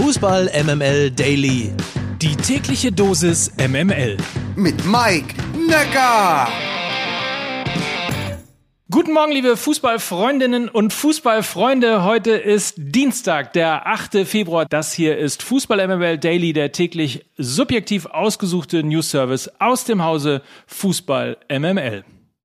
Fußball MML Daily. Die tägliche Dosis MML. Mit Mike Necker. Guten Morgen, liebe Fußballfreundinnen und Fußballfreunde. Heute ist Dienstag, der 8. Februar. Das hier ist Fußball MML Daily, der täglich subjektiv ausgesuchte News-Service aus dem Hause Fußball MML.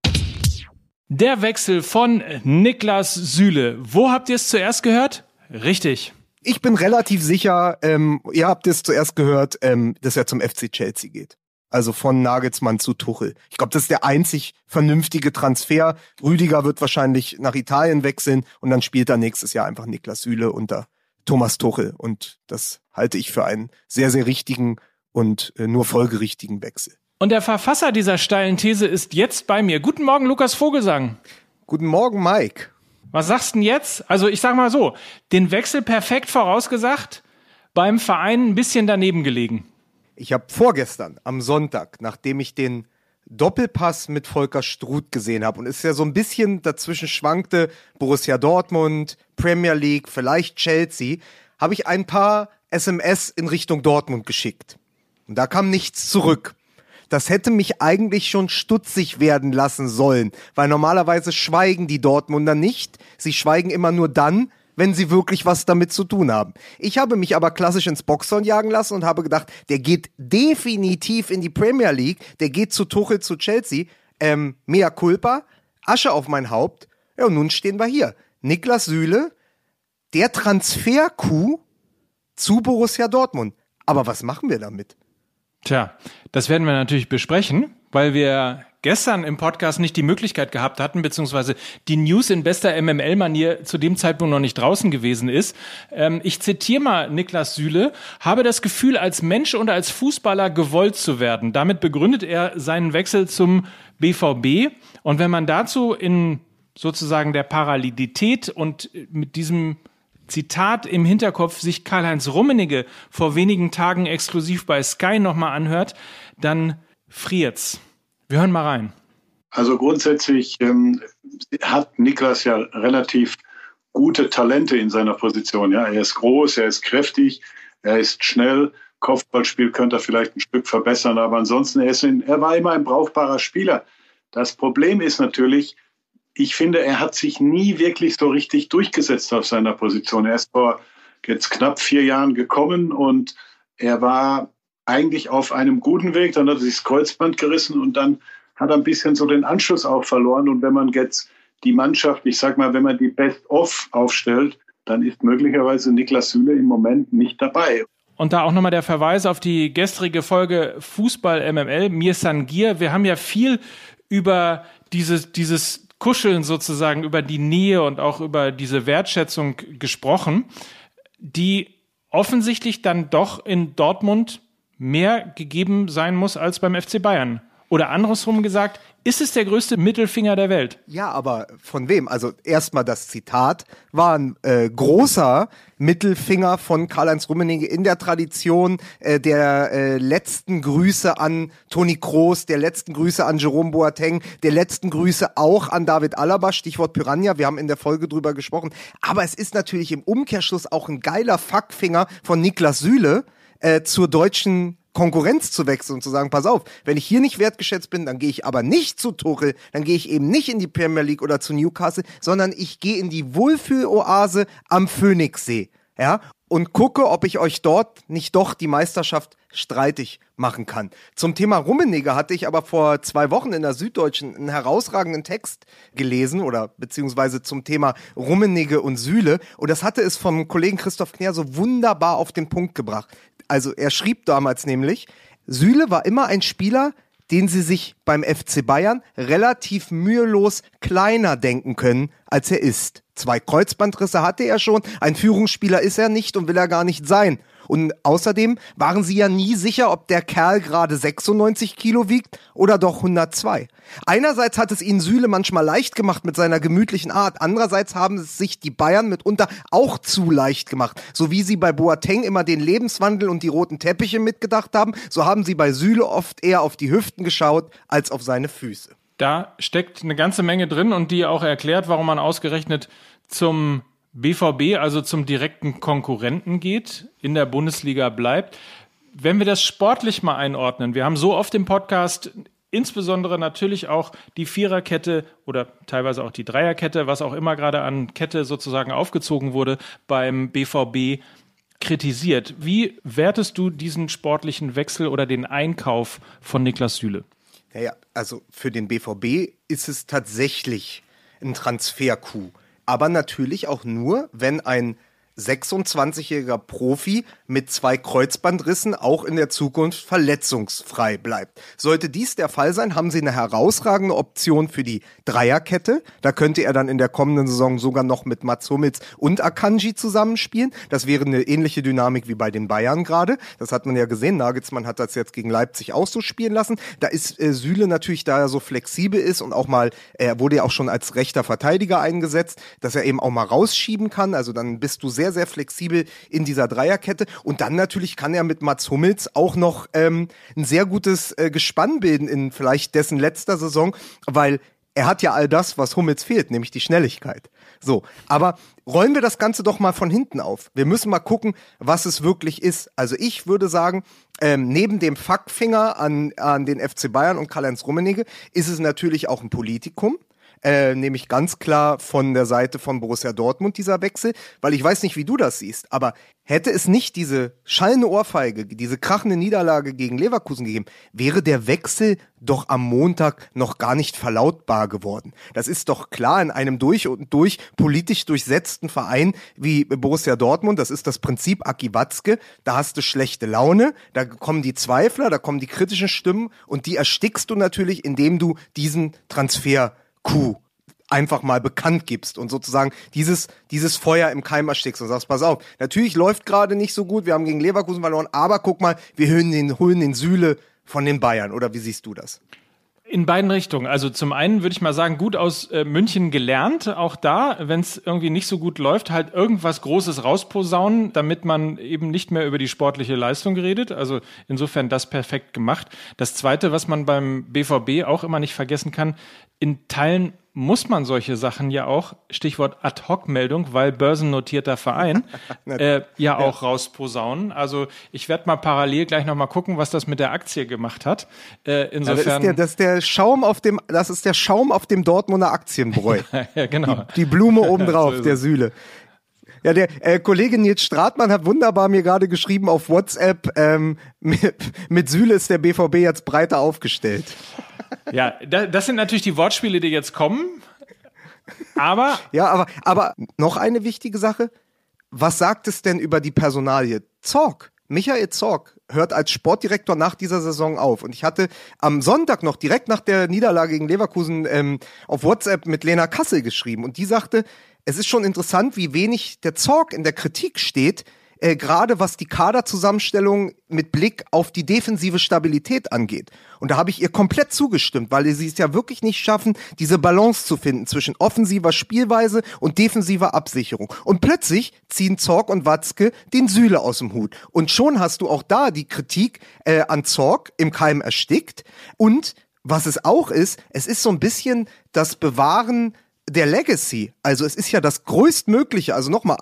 Der Wechsel von Niklas Süle. Wo habt ihr es zuerst gehört? Richtig. Ich bin relativ sicher, ihr habt es zuerst gehört, dass er zum FC Chelsea geht. Also von Nagelsmann zu Tuchel. Ich glaube, das ist der einzig vernünftige Transfer. Rüdiger wird wahrscheinlich nach Italien wechseln und dann spielt er nächstes Jahr einfach Niklas Süle unter Thomas Tuchel. Und das halte ich für einen sehr, sehr richtigen und nur folgerichtigen Wechsel. Und der Verfasser dieser steilen These ist jetzt bei mir. Guten Morgen, Lukas Vogelsang. Guten Morgen, Mike. Was sagst du denn jetzt? Also ich sag mal so, den Wechsel perfekt vorausgesagt, beim Verein ein bisschen daneben gelegen. Ich habe vorgestern am Sonntag, nachdem ich den Doppelpass mit Volker Struth gesehen habe und es ja so ein bisschen dazwischen schwankte, Borussia Dortmund, Premier League, vielleicht Chelsea, habe ich ein paar SMS in Richtung Dortmund geschickt. Und da kam nichts zurück. Das hätte mich eigentlich schon stutzig werden lassen sollen, weil normalerweise schweigen die Dortmunder nicht. Sie schweigen immer nur dann, wenn sie wirklich was damit zu tun haben. Ich habe mich aber klassisch ins Boxhorn jagen lassen und habe gedacht, der geht definitiv in die Premier League, der geht zu Tuchel, zu Chelsea. Mea culpa, Asche auf mein Haupt. Ja, und nun stehen wir hier. Niklas Süle, der Transfer-Coup zu Borussia Dortmund. Aber was machen wir damit? Tja, das werden wir natürlich besprechen, weil wir gestern im Podcast nicht die Möglichkeit gehabt hatten, beziehungsweise die News in bester MML-Manier zu dem Zeitpunkt noch nicht draußen gewesen ist. Ich zitiere mal Niklas Süle: habe das Gefühl, als Mensch und als Fußballer gewollt zu werden. Damit begründet er seinen Wechsel zum BVB. Und wenn man dazu in sozusagen der Parallelität und mit diesem Zitat im Hinterkopf sich Karl-Heinz Rummenigge vor wenigen Tagen exklusiv bei Sky nochmal anhört, dann friert's. Wir hören mal rein. Also grundsätzlich hat Niklas ja relativ gute Talente in seiner Position. Ja, er ist groß, er ist kräftig, er ist schnell. Kopfballspiel könnte er vielleicht ein Stück verbessern, aber ansonsten er war immer ein brauchbarer Spieler. Das Problem ist natürlich, ich finde, er hat sich nie wirklich so richtig durchgesetzt auf seiner Position. Er ist vor jetzt knapp 4 Jahren gekommen und er war eigentlich auf einem guten Weg. Dann hat er sich das Kreuzband gerissen und dann hat er ein bisschen so den Anschluss auch verloren. Und wenn man jetzt die Mannschaft, ich sag mal, wenn man die Best-of aufstellt, dann ist möglicherweise Niklas Süle im Moment nicht dabei. Und da auch nochmal der Verweis auf die gestrige Folge Fußball MML, Mir Sangir. Wir haben ja viel über dieses Kuscheln sozusagen, über die Nähe und auch über diese Wertschätzung gesprochen, die offensichtlich dann doch in Dortmund mehr gegeben sein muss als beim FC Bayern. Oder andersrum gesagt, ist es der größte Mittelfinger der Welt? Ja, aber von wem? Also erstmal das Zitat war ein großer Mittelfinger von Karl-Heinz Rummenigge in der Tradition der letzten Grüße an Toni Kroos, der letzten Grüße an Jerome Boateng, der letzten Grüße auch an David Alaba, Stichwort Piranha, wir haben in der Folge drüber gesprochen. Aber es ist natürlich im Umkehrschluss auch ein geiler Fuckfinger von Niklas Süle zur deutschen Konkurrenz zu wechseln und zu sagen, pass auf, wenn ich hier nicht wertgeschätzt bin, dann gehe ich aber nicht zu Tuchel, dann gehe ich eben nicht in die Premier League oder zu Newcastle, sondern ich gehe in die Wohlfühloase am Phoenixsee, ja, und gucke, ob ich euch dort nicht doch die Meisterschaft streitig machen kann. Zum Thema Rummenigge hatte ich aber vor 2 Wochen in der Süddeutschen einen herausragenden Text gelesen oder beziehungsweise zum Thema Rummenigge und Süle und das hatte es vom Kollegen Christoph Kner so wunderbar auf den Punkt gebracht. Also er schrieb damals nämlich, Süle war immer ein Spieler, den sie sich beim FC Bayern relativ mühelos kleiner denken können, als er ist. 2 Kreuzbandrisse hatte er schon, ein Führungsspieler ist er nicht und will er gar nicht sein. Und außerdem waren sie ja nie sicher, ob der Kerl gerade 96 Kilo wiegt oder doch 102. Einerseits hat es ihnen Süle manchmal leicht gemacht mit seiner gemütlichen Art, andererseits haben es sich die Bayern mitunter auch zu leicht gemacht. So wie sie bei Boateng immer den Lebenswandel und die roten Teppiche mitgedacht haben, so haben sie bei Süle oft eher auf die Hüften geschaut als auf seine Füße. Da steckt eine ganze Menge drin und die auch erklärt, warum man ausgerechnet zum BVB also zum direkten Konkurrenten geht, in der Bundesliga bleibt. Wenn wir das sportlich mal einordnen, wir haben so oft im Podcast insbesondere natürlich auch die Viererkette oder teilweise auch die Dreierkette, was auch immer gerade an Kette sozusagen aufgezogen wurde, beim BVB kritisiert. Wie wertest du diesen sportlichen Wechsel oder den Einkauf von Niklas Süle? Naja, also für den BVB ist es tatsächlich ein Transfer-Coup. Aber natürlich auch nur, wenn ein 26-jähriger Profi mit 2 Kreuzbandrissen auch in der Zukunft verletzungsfrei bleibt. Sollte dies der Fall sein, haben sie eine herausragende Option für die Dreierkette. Da könnte er dann in der kommenden Saison sogar noch mit Mats Hummels und Akanji zusammenspielen. Das wäre eine ähnliche Dynamik wie bei den Bayern gerade. Das hat man ja gesehen. Nagelsmann hat das jetzt gegen Leipzig auch so spielen lassen. Da ist Süle natürlich, da er so flexibel ist und auch mal, er wurde ja auch schon als rechter Verteidiger eingesetzt, dass er eben auch mal rausschieben kann. Also dann bist du sehr, sehr flexibel in dieser Dreierkette. Und dann natürlich kann er mit Mats Hummels auch noch ein sehr gutes Gespann bilden in vielleicht dessen letzter Saison, weil er hat ja all das, was Hummels fehlt, nämlich die Schnelligkeit. So, aber rollen wir das Ganze doch mal von hinten auf. Wir müssen mal gucken, was es wirklich ist. Also ich würde sagen, neben dem Fackfinger an den FC Bayern und Karl-Heinz Rummenigge ist es natürlich auch ein Politikum. Nämlich ganz klar von der Seite von Borussia Dortmund dieser Wechsel, weil ich weiß nicht, wie du das siehst, aber hätte es nicht diese schallende Ohrfeige, diese krachende Niederlage gegen Leverkusen gegeben, wäre der Wechsel doch am Montag noch gar nicht verlautbar geworden. Das ist doch klar in einem durch und durch politisch durchsetzten Verein wie Borussia Dortmund, das ist das Prinzip Aki Watzke, da hast du schlechte Laune, da kommen die Zweifler, da kommen die kritischen Stimmen und die erstickst du natürlich, indem du diesen Transfer-Coup einfach mal bekannt gibst und sozusagen dieses Feuer im Keim erstickst und sagst, pass auf, natürlich läuft gerade nicht so gut, wir haben gegen Leverkusen verloren, aber guck mal, wir holen den Süle von den Bayern, oder wie siehst du das? In beiden Richtungen. Also zum einen würde ich mal sagen, gut aus München gelernt, auch da, wenn es irgendwie nicht so gut läuft, halt irgendwas Großes rausposaunen, damit man eben nicht mehr über die sportliche Leistung redet. Also insofern das perfekt gemacht. Das Zweite, was man beim BVB auch immer nicht vergessen kann, in Teilen muss man solche Sachen ja auch, Stichwort Ad-Hoc-Meldung, weil börsennotierter Verein, auch rausposaunen. Also ich werde mal parallel gleich nochmal gucken, was das mit der Aktie gemacht hat. Insofern. Ja, das ist der Schaum auf dem Dortmunder Aktienbräu. Ja, genau. Die Blume obendrauf, der Süle. Ja, der Kollege Nils Stratmann hat wunderbar mir gerade geschrieben auf WhatsApp, mit Süle ist der BVB jetzt breiter aufgestellt. Ja, das sind natürlich die Wortspiele, die jetzt kommen. Aber noch eine wichtige Sache. Was sagt es denn über die Personalie? Zorc, Michael Zorc hört als Sportdirektor nach dieser Saison auf. Und ich hatte am Sonntag noch direkt nach der Niederlage gegen Leverkusen auf WhatsApp mit Lena Kassel geschrieben. Und die sagte, es ist schon interessant, wie wenig der Zorc in der Kritik steht, gerade was die Kaderzusammenstellung mit Blick auf die defensive Stabilität angeht. Und da habe ich ihr komplett zugestimmt, weil sie es ja wirklich nicht schaffen, diese Balance zu finden zwischen offensiver Spielweise und defensiver Absicherung. Und plötzlich ziehen Zorc und Watzke den Süle aus dem Hut. Und schon hast du auch da die Kritik an Zorc im Keim erstickt. Und was es auch ist, es ist so ein bisschen das Bewahren der Legacy, also es ist ja das größtmögliche, also nochmal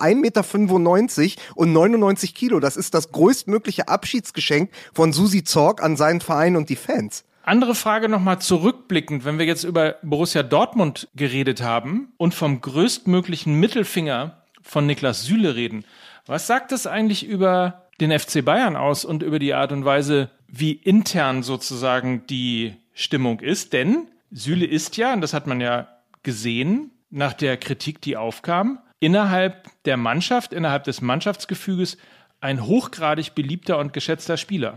1,95 Meter und 99 Kilo, das ist das größtmögliche Abschiedsgeschenk von Susi Zorc an seinen Verein und die Fans. Andere Frage nochmal zurückblickend, wenn wir jetzt über Borussia Dortmund geredet haben und vom größtmöglichen Mittelfinger von Niklas Süle reden. Was sagt das eigentlich über den FC Bayern aus und über die Art und Weise, wie intern sozusagen die Stimmung ist? Denn Süle ist ja, und das hat man ja gesehen, nach der Kritik, die aufkam, innerhalb der Mannschaft, innerhalb des Mannschaftsgefüges ein hochgradig beliebter und geschätzter Spieler.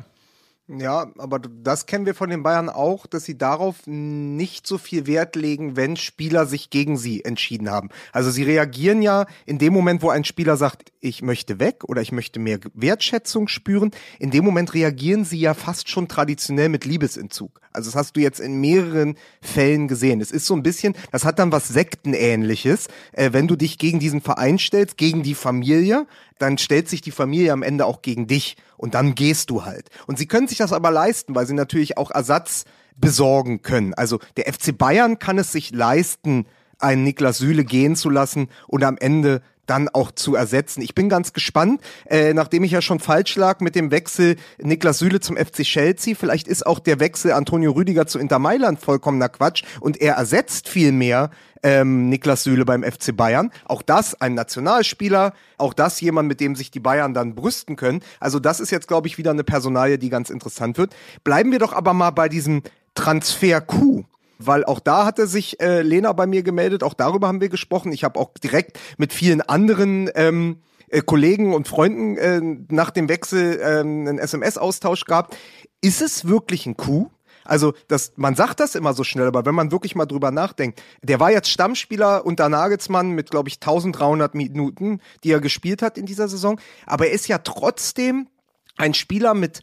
Ja, aber das kennen wir von den Bayern auch, dass sie darauf nicht so viel Wert legen, wenn Spieler sich gegen sie entschieden haben. Also sie reagieren ja in dem Moment, wo ein Spieler sagt, ich möchte weg oder ich möchte mehr Wertschätzung spüren, in dem Moment reagieren sie ja fast schon traditionell mit Liebesentzug. Also das hast du jetzt in mehreren Fällen gesehen. Es ist so ein bisschen, das hat dann was Sektenähnliches. Wenn du dich gegen diesen Verein stellst, gegen die Familie, dann stellt sich die Familie am Ende auch gegen dich und dann gehst du halt. Und sie können sich das aber leisten, weil sie natürlich auch Ersatz besorgen können. Also der FC Bayern kann es sich leisten, einen Niklas Süle gehen zu lassen und am Ende dann auch zu ersetzen. Ich bin ganz gespannt, nachdem ich ja schon falsch lag mit dem Wechsel Niklas Süle zum FC Chelsea, vielleicht ist auch der Wechsel Antonio Rüdiger zu Inter Mailand vollkommener Quatsch und er ersetzt viel mehr Niklas Süle beim FC Bayern. Auch das ein Nationalspieler, auch das jemand, mit dem sich die Bayern dann brüsten können. Also das ist jetzt, glaube ich, wieder eine Personalie, die ganz interessant wird. Bleiben wir doch aber mal bei diesem Transfer-Coup. Weil auch da hatte sich Lena bei mir gemeldet, auch darüber haben wir gesprochen. Ich habe auch direkt mit vielen anderen Kollegen und Freunden nach dem Wechsel einen SMS-Austausch gehabt. Ist es wirklich ein Coup? Also man sagt das immer so schnell, aber wenn man wirklich mal drüber nachdenkt, der war jetzt Stammspieler unter Nagelsmann mit, glaube ich, 1300 Minuten, die er gespielt hat in dieser Saison. Aber er ist ja trotzdem ein Spieler mit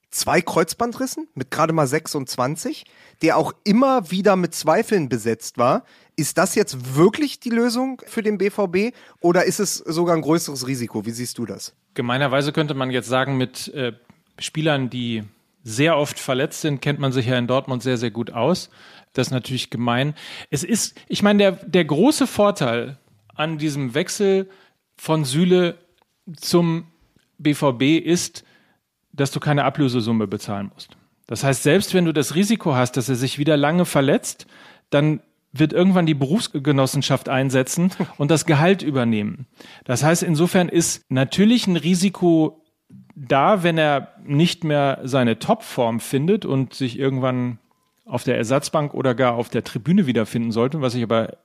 2 Kreuzbandrissen, mit gerade mal 26, der auch immer wieder mit Zweifeln besetzt war. Ist das jetzt wirklich die Lösung für den BVB oder ist es sogar ein größeres Risiko? Wie siehst du das? Gemeinerweise könnte man jetzt sagen, mit Spielern, die sehr oft verletzt sind, kennt man sich ja in Dortmund sehr, sehr gut aus. Das ist natürlich gemein. Ich meine, der große Vorteil an diesem Wechsel von Süle zum BVB ist, dass du keine Ablösesumme bezahlen musst. Das heißt, selbst wenn du das Risiko hast, dass er sich wieder lange verletzt, dann wird irgendwann die Berufsgenossenschaft einsetzen und das Gehalt übernehmen. Das heißt, insofern ist natürlich ein Risiko da, wenn er nicht mehr seine Topform findet und sich irgendwann auf der Ersatzbank oder gar auf der Tribüne wiederfinden sollte, was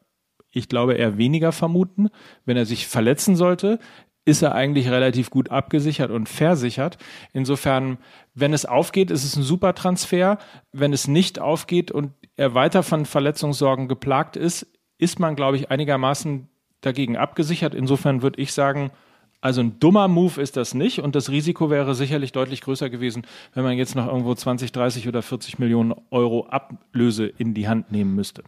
ich glaube, eher weniger vermuten. Wenn er sich verletzen sollte, ist er eigentlich relativ gut abgesichert und versichert. Insofern, wenn es aufgeht, ist es ein super Transfer. Wenn es nicht aufgeht und er weiter von Verletzungssorgen geplagt ist, ist man, glaube ich, einigermaßen dagegen abgesichert. Insofern würde ich sagen, also ein dummer Move ist das nicht und das Risiko wäre sicherlich deutlich größer gewesen, wenn man jetzt noch irgendwo 20, 30 oder 40 Millionen Euro Ablöse in die Hand nehmen müsste.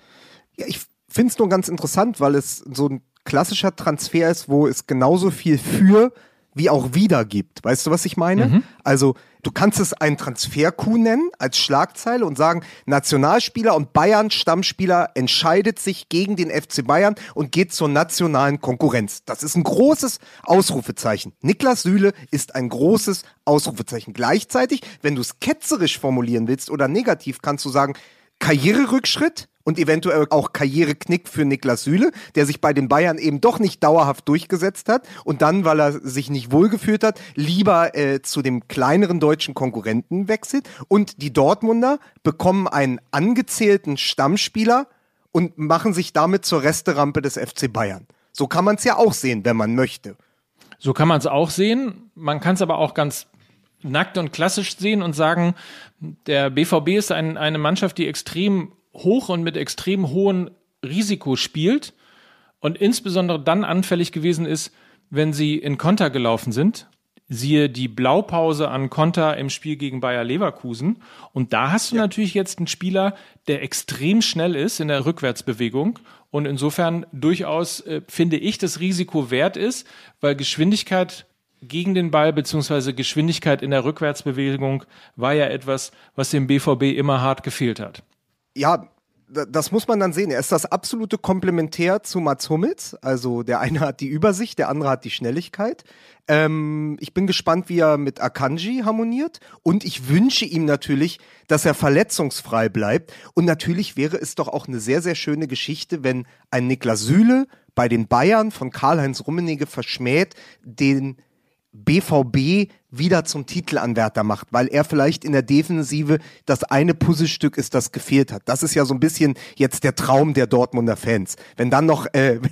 Ja, ich finde es nur ganz interessant, weil es so ein klassischer Transfer ist, wo es genauso viel für wie auch wieder gibt. Weißt du, was ich meine? Mhm. Also du kannst es einen Transfer-Coup nennen als Schlagzeile und sagen, Nationalspieler und Bayern-Stammspieler entscheidet sich gegen den FC Bayern und geht zur nationalen Konkurrenz. Das ist ein großes Ausrufezeichen. Niklas Süle ist ein großes Ausrufezeichen. Gleichzeitig, wenn du es ketzerisch formulieren willst oder negativ, kannst du sagen, Karriererückschritt und eventuell auch Karriereknick für Niklas Süle, der sich bei den Bayern eben doch nicht dauerhaft durchgesetzt hat und dann, weil er sich nicht wohlgefühlt hat, lieber zu dem kleineren deutschen Konkurrenten wechselt. Und die Dortmunder bekommen einen angezählten Stammspieler und machen sich damit zur Resterampe des FC Bayern. So kann man es ja auch sehen, wenn man möchte. So kann man es auch sehen. Man kann es aber auch ganz nackt und klassisch sehen und sagen, der BVB ist eine Mannschaft, die extrem hoch und mit extrem hohem Risiko spielt und insbesondere dann anfällig gewesen ist, wenn sie in Konter gelaufen sind. Siehe die Blaupause an Konter im Spiel gegen Bayer Leverkusen. Und da hast du natürlich jetzt einen Spieler, der extrem schnell ist in der Rückwärtsbewegung und insofern durchaus, finde ich, das Risiko wert ist, weil Geschwindigkeit gegen den Ball beziehungsweise Geschwindigkeit in der Rückwärtsbewegung war ja etwas, was dem BVB immer hart gefehlt hat. Ja, das muss man dann sehen. Er ist das absolute Komplementär zu Mats Hummels. Also der eine hat die Übersicht, der andere hat die Schnelligkeit. Ich bin gespannt, wie er mit Akanji harmoniert. Und ich wünsche ihm natürlich, dass er verletzungsfrei bleibt. Und natürlich wäre es doch auch eine sehr, sehr schöne Geschichte, wenn ein Niklas Süle bei den Bayern von Karl-Heinz Rummenigge verschmäht, den BVB wieder zum Titelanwärter macht, weil er vielleicht in der Defensive das eine Puzzlestück ist, das gefehlt hat. Das ist ja so ein bisschen jetzt der Traum der Dortmunder Fans. Wenn dann noch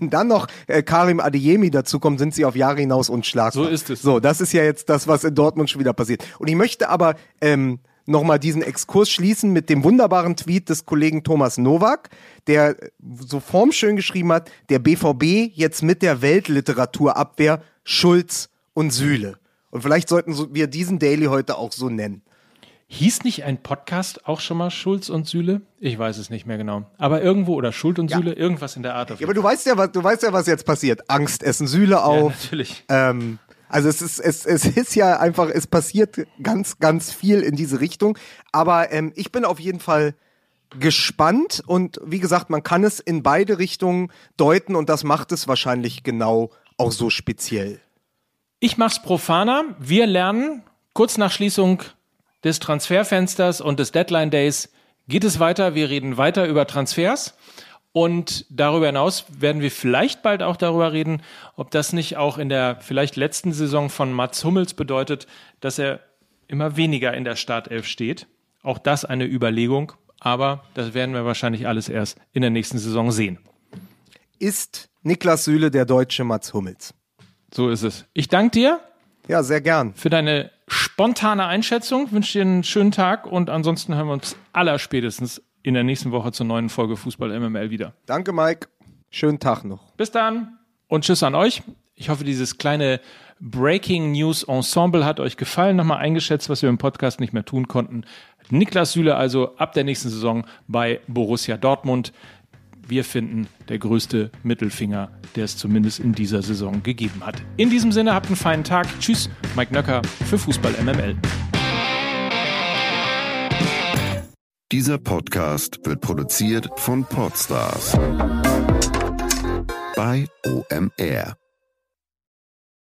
Karim Adeyemi dazukommt, sind sie auf Jahre hinaus unschlagbar. So ist es. So, das ist ja jetzt das, was in Dortmund schon wieder passiert. Und ich möchte aber nochmal diesen Exkurs schließen mit dem wunderbaren Tweet des Kollegen Thomas Nowak, der so formschön geschrieben hat, der BVB jetzt mit der Weltliteraturabwehr Schulz und Süle. Und vielleicht sollten wir diesen Daily heute auch so nennen. Hieß nicht ein Podcast auch schon mal Schulz und Süle? Ich weiß es nicht mehr genau. Aber irgendwo, oder Schuld und Süle, irgendwas in der Art. Ja, aber du weißt ja, was jetzt passiert. Angst essen Süle auf. Ja, natürlich. Also es ist ja einfach, es passiert ganz, ganz viel in diese Richtung. Aber ich bin auf jeden Fall gespannt und wie gesagt, man kann es in beide Richtungen deuten und das macht es wahrscheinlich genau auch so speziell? Ich mach's profaner. Wir lernen kurz nach Schließung des Transferfensters und des Deadline Days geht es weiter. Wir reden weiter über Transfers. Und darüber hinaus werden wir vielleicht bald auch darüber reden, ob das nicht auch in der vielleicht letzten Saison von Mats Hummels bedeutet, dass er immer weniger in der Startelf steht. Auch das eine Überlegung, aber das werden wir wahrscheinlich alles erst in der nächsten Saison sehen. Ist Niklas Süle der deutsche Mats Hummels? So ist es. Ich danke dir. Ja, sehr gern. Für deine spontane Einschätzung. Wünsche dir einen schönen Tag und ansonsten hören wir uns allerspätestens in der nächsten Woche zur neuen Folge Fußball MML wieder. Danke, Mike. Schönen Tag noch. Bis dann und tschüss an euch. Ich hoffe, dieses kleine Breaking News Ensemble hat euch gefallen. Nochmal eingeschätzt, was wir im Podcast nicht mehr tun konnten. Niklas Süle also ab der nächsten Saison bei Borussia Dortmund. Wir finden, der größte Mittelfinger, der es zumindest in dieser Saison gegeben hat. In diesem Sinne, habt einen feinen Tag. Tschüss, Mike Nöcker für Fußball MML. Dieser Podcast wird produziert von Podstars bei OMR.